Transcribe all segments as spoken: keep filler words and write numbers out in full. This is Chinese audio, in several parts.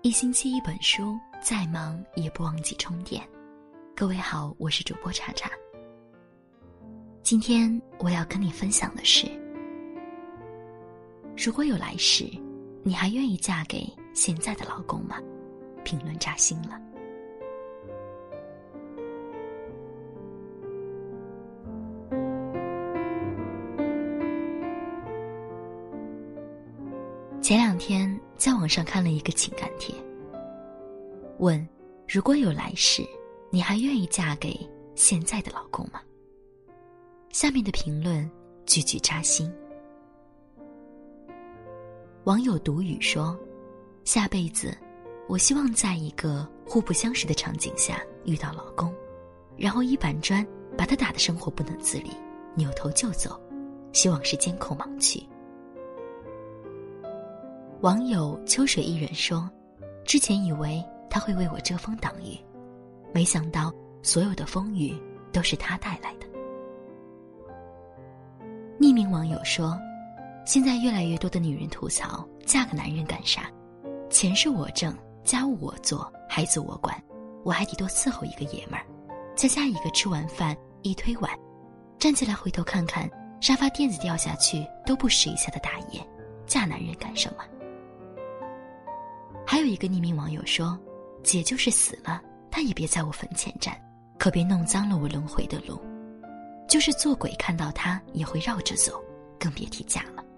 一星期一本书，再忙也不忘记充电。各位好，我是主播查查。今天我要跟你分享的是，如果有来世，你还愿意嫁给现在的老公吗？评论扎心了。前两天在网上看了一个情感帖，问如果有来世，你还愿意嫁给现在的老公吗？下面的评论句句扎心。网友独语说，下辈子我希望在一个互不相识的场景下遇到老公，然后一板砖把他打得生活不能自理，扭头就走，希望是监控盲区。网友秋水一人说，之前以为他会为我遮风挡雨，没想到所有的风雨都是他带来的。匿名网友说，现在越来越多的女人吐槽嫁个男人干啥，钱是我挣，家务我做，孩子我管，我还得多伺候一个爷们儿，再加一个吃完饭一推碗，站起来回头看看沙发垫子掉下去都不识一下的大爷，嫁男人干什么？还有一个匿名网友说，姐就是死了她也别在我坟前站，可别弄脏了我轮回的路，就是做鬼看到她也会绕着走，更别提嫁了。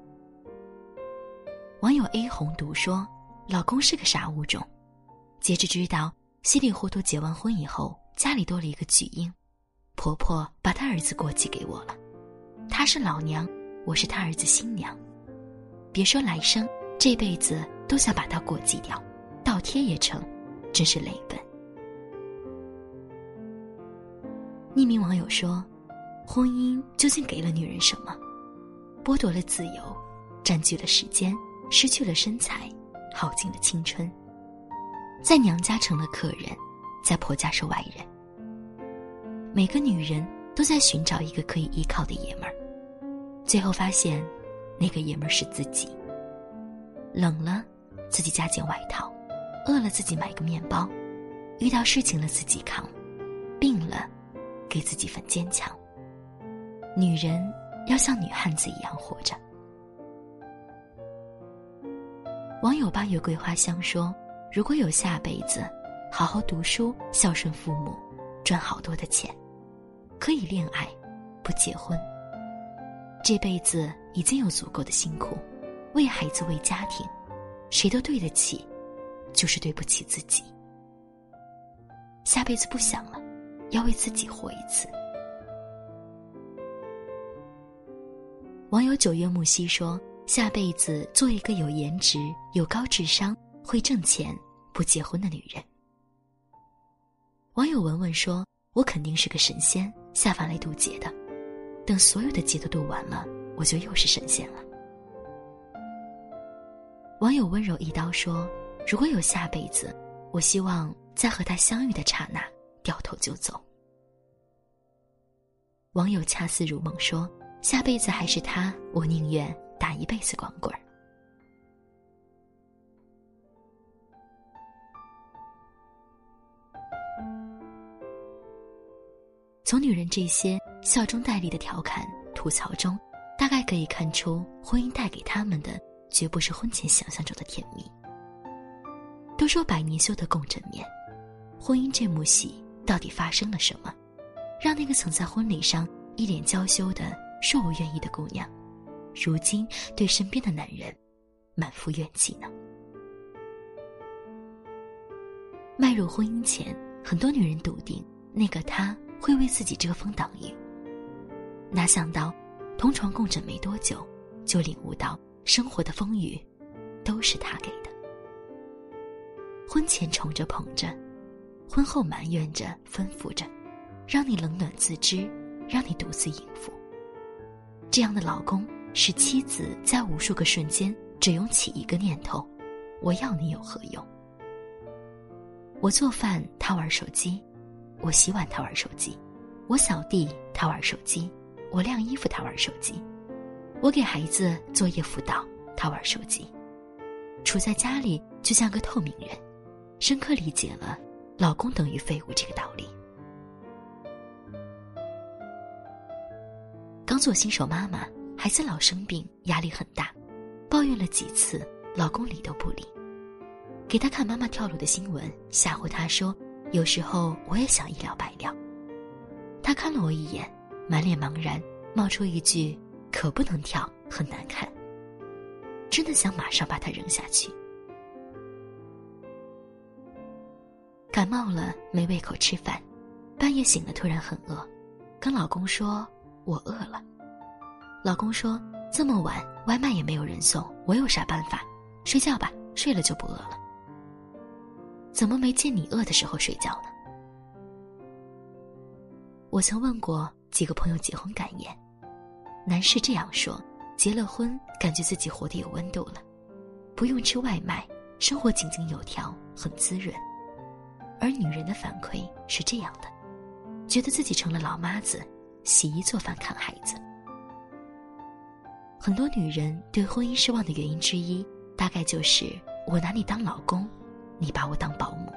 网友 A 红读说，老公是个啥物种，姐只知道稀里糊涂结完婚以后家里多了一个巨婴，婆婆把她儿子过继给我了，她是老娘，我是她儿子新娘，别说来生，这辈子都想把他过继掉，倒贴也成，真是累笨。匿名网友说，婚姻究竟给了女人什么？剥夺了自由，占据了时间，失去了身材，耗尽了青春，在娘家成了客人，在婆家是外人。每个女人都在寻找一个可以依靠的爷们儿，最后发现那个爷们儿是自己。冷了自己加件外套，饿了自己买个面包，遇到事情了自己扛，病了给自己份坚强。女人要像女汉子一样活着。网友八月桂花香说，如果有下辈子，好好读书，孝顺父母，赚好多的钱，可以恋爱，不结婚。这辈子已经有足够的辛苦，为孩子，为家庭，谁都对得起，就是对不起自己。下辈子不想了，要为自己活一次。网友九月木兮说，下辈子做一个有颜值、有高智商、会挣钱、不结婚的女人。网友文文说，我肯定是个神仙，下凡来渡劫的，等所有的劫都渡完了，我就又是神仙了。网友温柔一刀说，如果有下辈子，我希望在和他相遇的刹那掉头就走。网友恰似如梦说，下辈子还是他，我宁愿打一辈子光棍儿。从女人这些笑中带泪的调侃吐槽中，大概可以看出婚姻带给他们的绝不是婚前想象中的甜蜜。都说百年修得共枕眠，婚姻这幕戏到底发生了什么，让那个曾在婚礼上一脸娇羞的说我愿意的姑娘，如今对身边的男人满腹怨气呢？迈入婚姻前，很多女人笃定那个他会为自己遮风挡雨，哪想到同床共枕没多久，就领悟到生活的风雨都是他给的。婚前宠着捧着，婚后埋怨着吩咐着，让你冷暖自知，让你独自应付。这样的老公，使妻子在无数个瞬间只涌起一个念头，我要你有何用？我做饭他玩手机，我洗碗他玩手机，我扫地他玩手机，我晾衣服他玩手机，我给孩子作业辅导他玩手机。处在家里就像个透明人，深刻理解了老公等于废物这个道理。刚做新手妈妈，孩子老生病，压力很大，抱怨了几次，老公理都不理。给她看妈妈跳楼的新闻，吓唬她说有时候我也想一了百了。她看了我一眼，满脸茫然，冒出一句可不能跳，很难看。真的想马上把她扔下去。感冒了没胃口吃饭，半夜醒了突然很饿，跟老公说我饿了。老公说这么晚外卖也没有人送，我有啥办法？睡觉吧，睡了就不饿了。怎么没见你饿的时候睡觉呢？我曾问过几个朋友结婚感言，男士这样说，结了婚感觉自己活得有温度了，不用吃外卖，生活井井有条，很滋润。而女人的反馈是这样的，觉得自己成了老妈子，洗衣做饭看孩子。很多女人对婚姻失望的原因之一，大概就是我拿你当老公，你把我当保姆。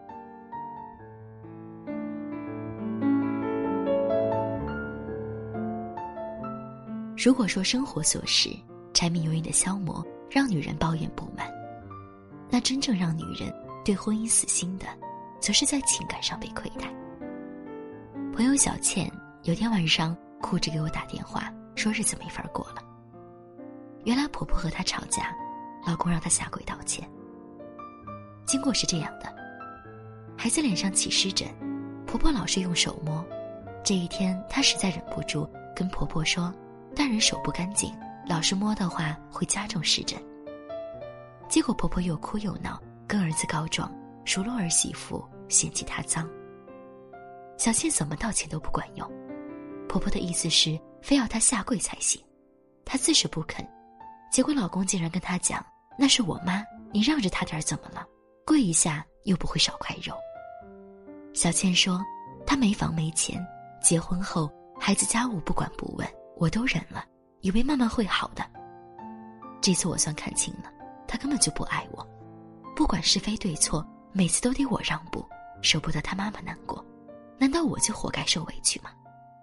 如果说生活琐事、柴米油盐的消磨让女人抱怨不满，那真正让女人对婚姻死心的，则是在情感上被亏待。朋友小倩有天晚上哭着给我打电话，说日子没法过了。原来婆婆和她吵架，老公让她下跪道歉。经过是这样的，孩子脸上起湿疹，婆婆老是用手摸。这一天她实在忍不住跟婆婆说，大人手不干净，老是摸的话会加重湿疹。结果婆婆又哭又闹，跟儿子告状，数落儿媳妇，嫌弃她脏。小倩怎么道歉都不管用，婆婆的意思是非要她下跪才行，她自是不肯。结果老公竟然跟她讲，那是我妈，你让着她点怎么了，跪一下又不会少块肉。小倩说，她没房没钱，结婚后孩子家务不管不问，我都忍了，以为慢慢会好的。这次我算看清了，她根本就不爱我，不管是非对错，每次都得我让步，舍不得她妈妈难过，难道我就活该受委屈吗？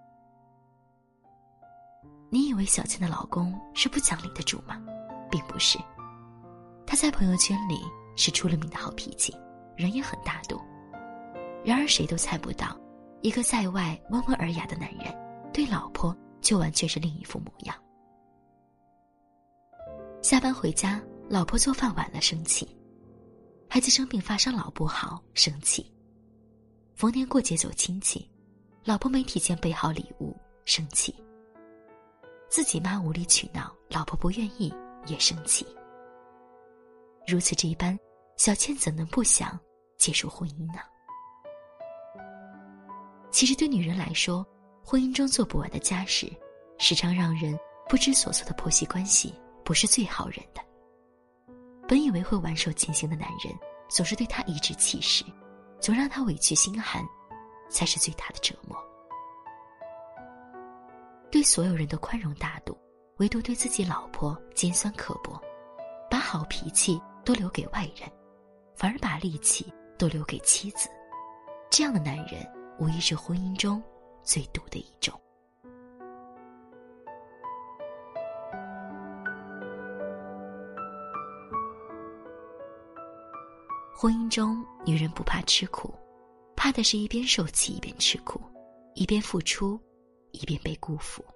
你以为小倩的老公是不讲理的主吗？并不是，他在朋友圈里是出了名的好脾气，人也很大度。然而谁都猜不到，一个在外温文尔雅的男人，对老婆就完全是另一副模样。下班回家，老婆做饭晚了生气；孩子生病发烧老不好生气；逢年过节走亲戚，老婆没提前备好礼物生气；自己妈无理取闹，老婆不愿意也生气。如此这般，小倩怎能不想结束婚姻呢？其实对女人来说，婚姻中做不完的家事，时常让人不知所措的婆媳关系，不是最好忍的。本以为会挽手前行的男人，总是对她颐指气使，总让她委屈心寒，才是最大的折磨。对所有人都宽容大度，唯独对自己老婆尖酸刻薄，把好脾气都留给外人，反而把戾气都留给妻子。这样的男人无疑是婚姻中最毒的一种。婚姻中，女人不怕吃苦，怕的是一边受气一边吃苦，一边付出一边被辜负。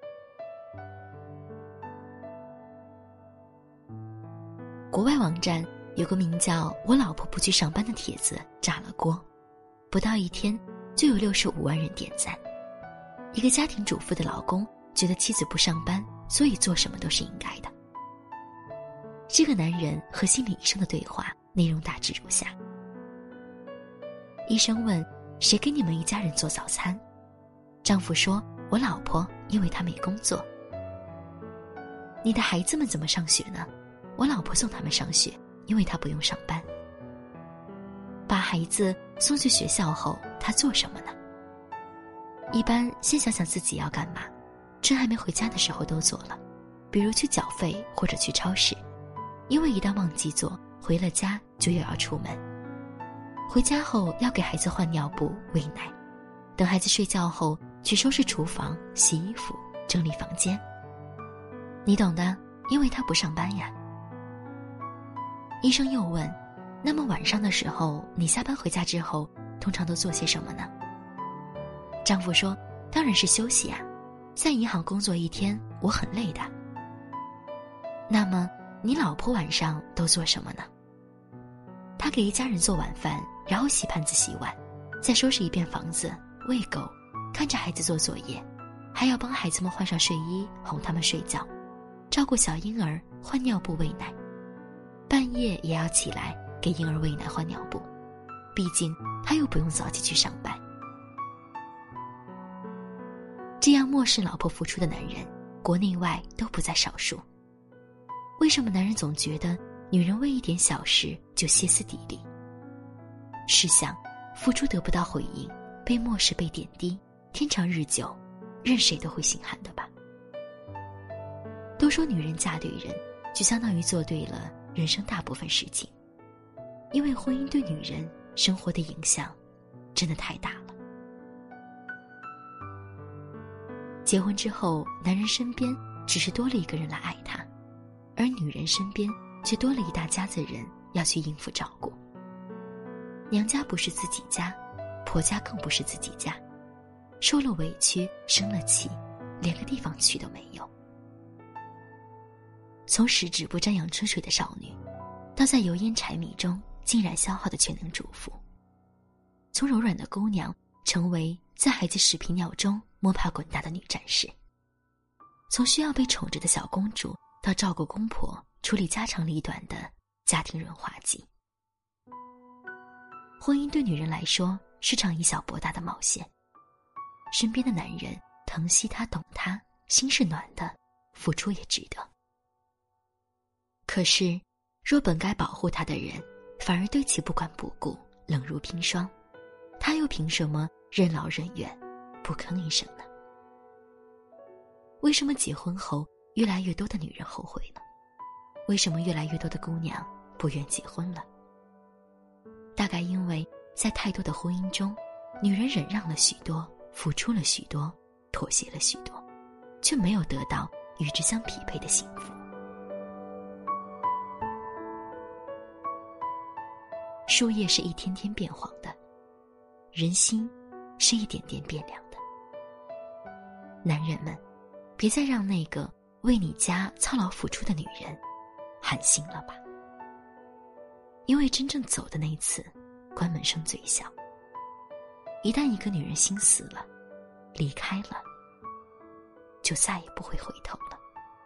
国外网站有个名叫我老婆不去上班的帖子炸了锅，不到一天就有六十五万人点赞。一个家庭主妇的老公觉得妻子不上班，所以做什么都是应该的。这个男人和心理医生的对话内容大致如下：医生问，谁给你们一家人做早餐？丈夫说，我老婆，因为她没工作。你的孩子们怎么上学呢？我老婆送他们上学，因为她不用上班。把孩子送去学校后，她做什么呢？一般先想想自己要干嘛，趁还没回家的时候都做了，比如去缴费或者去超市，因为一旦忘记做，回了家就又要出门，回家后要给孩子换尿布、喂奶，等孩子睡觉后去收拾厨房、洗衣服、整理房间。你懂的，因为他不上班呀。医生又问，那么晚上的时候，你下班回家之后通常都做些什么呢？丈夫说，当然是休息啊，在银行工作一天，我很累的。那么你老婆晚上都做什么呢？她给一家人做晚饭，然后洗盘子洗碗，再收拾一遍房子，喂狗，看着孩子做作业，还要帮孩子们换上睡衣，哄他们睡觉，照顾小婴儿，换尿布喂奶，半夜也要起来给婴儿喂奶换尿布，毕竟他又不用早起去上班。这样漠视老婆付出的男人，国内外都不在少数。为什么男人总觉得女人为一点小事就歇斯底里？试想，付出得不到回应，被漠视被点滴，天长日久，任谁都会心寒的吧。都说女人嫁对人，就相当于做对了人生大部分事情，因为婚姻对女人生活的影响真的太大了。结婚之后，男人身边只是多了一个人来爱他，而女人身边却多了一大家子人要去应付照顾。娘家不是自己家，婆家更不是自己家，受了委屈，生了气，连个地方去都没有。从十指不沾阳春水的少女，到在油烟柴米中竟然消耗的全能主妇，从柔软的姑娘成为在孩子屎皮尿中摸爬滚打的女战士，从需要被宠着的小公主到照顾公婆、处理家长里短的家庭润滑剂。婚姻对女人来说是场以小博大的冒险，身边的男人疼惜她、懂她，心是暖的，付出也值得。可是若本该保护她的人反而对其不管不顾，冷如冰霜，她又凭什么任劳任怨，不吭一声呢？为什么结婚后越来越多的女人后悔了？为什么越来越多的姑娘不愿结婚了？大概因为在太多的婚姻中，女人忍让了许多，付出了许多，妥协了许多，却没有得到与之相匹配的幸福。树叶是一天天变黄的，人心是一点点变凉的。男人们，别再让那个为你家操劳付出的女人寒心了吧。因为真正走的那一次，关门声最响。一旦一个女人心死了，离开了，就再也不会回头了。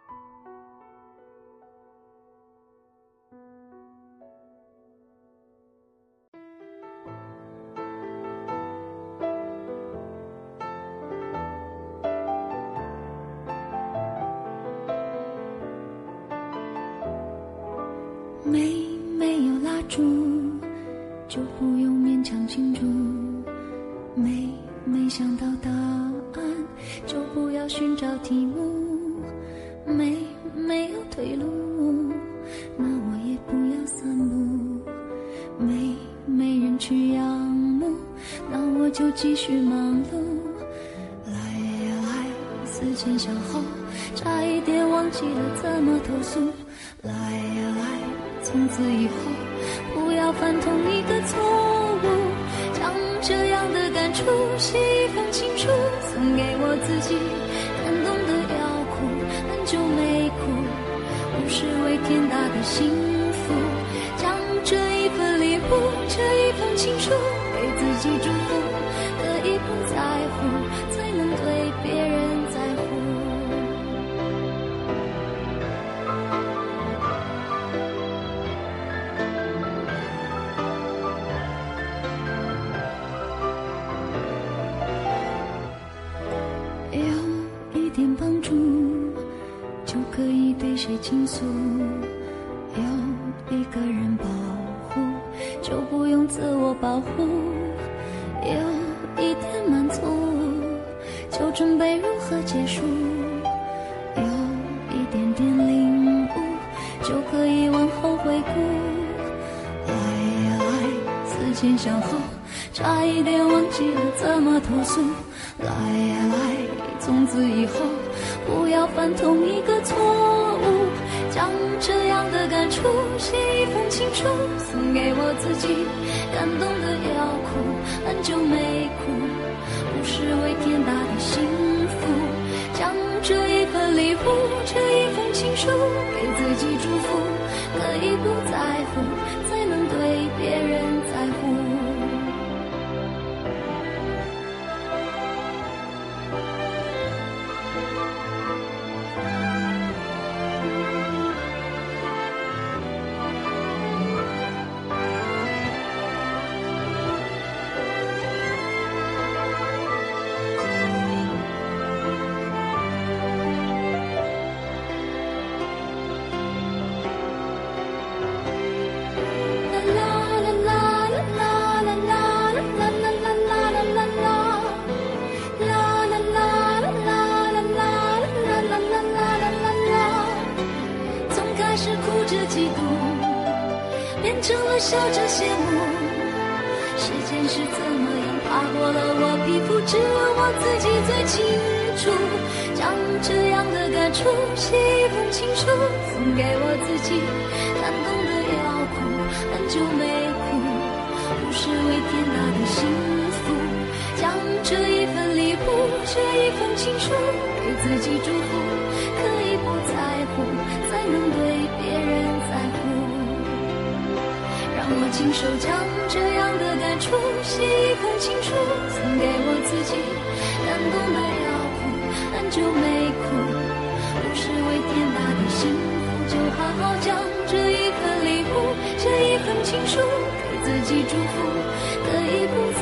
没没有蜡烛，就不用勉强庆祝。没没想到答案，就不要寻找题目。没没有退路，那我也不要散步。没没人去仰慕，那我就继续忙碌。来呀来，思前想后，差一点忘记了怎么投诉。来呀来，从此以后不要犯同一个错误，将这样的感触写一封情书，送给我自己。感动的要哭，很久没哭，不是为天大的幸福，将这一份礼物，这一封情书，给自己祝福的一份在乎，才能对别人在乎。可以对谁倾诉，有一个人保护，就不用自我保护。有一点满足，就准备如何结束。有一点点领悟，就可以往后回顾。来前想后，差一点忘记了怎么投诉。来呀来，从此以后不要犯同一个错误，将这样的感触写一封情书，送给我自己，感动的要哭，很久没哭，不是为天大的幸福，将这一份礼物，这一封情书给自己祝福，可以不在乎，才能对别人在乎。变成了笑着羡慕，时间是怎么样爬过了我皮肤，只有我自己最清楚，将这样的感触写一封情书，送给我自己，感动的要哭，很久没哭，不是为天大的幸福，将这一份礼物，这一封情书给自己祝福，可以不在乎，才能对别人在乎，让我亲手将这样的感触写一封情书，送给我自己，感动的要哭，很久没哭，不是为天大的幸福，就好好将这一份礼物，这一份情书给自己祝福，可以不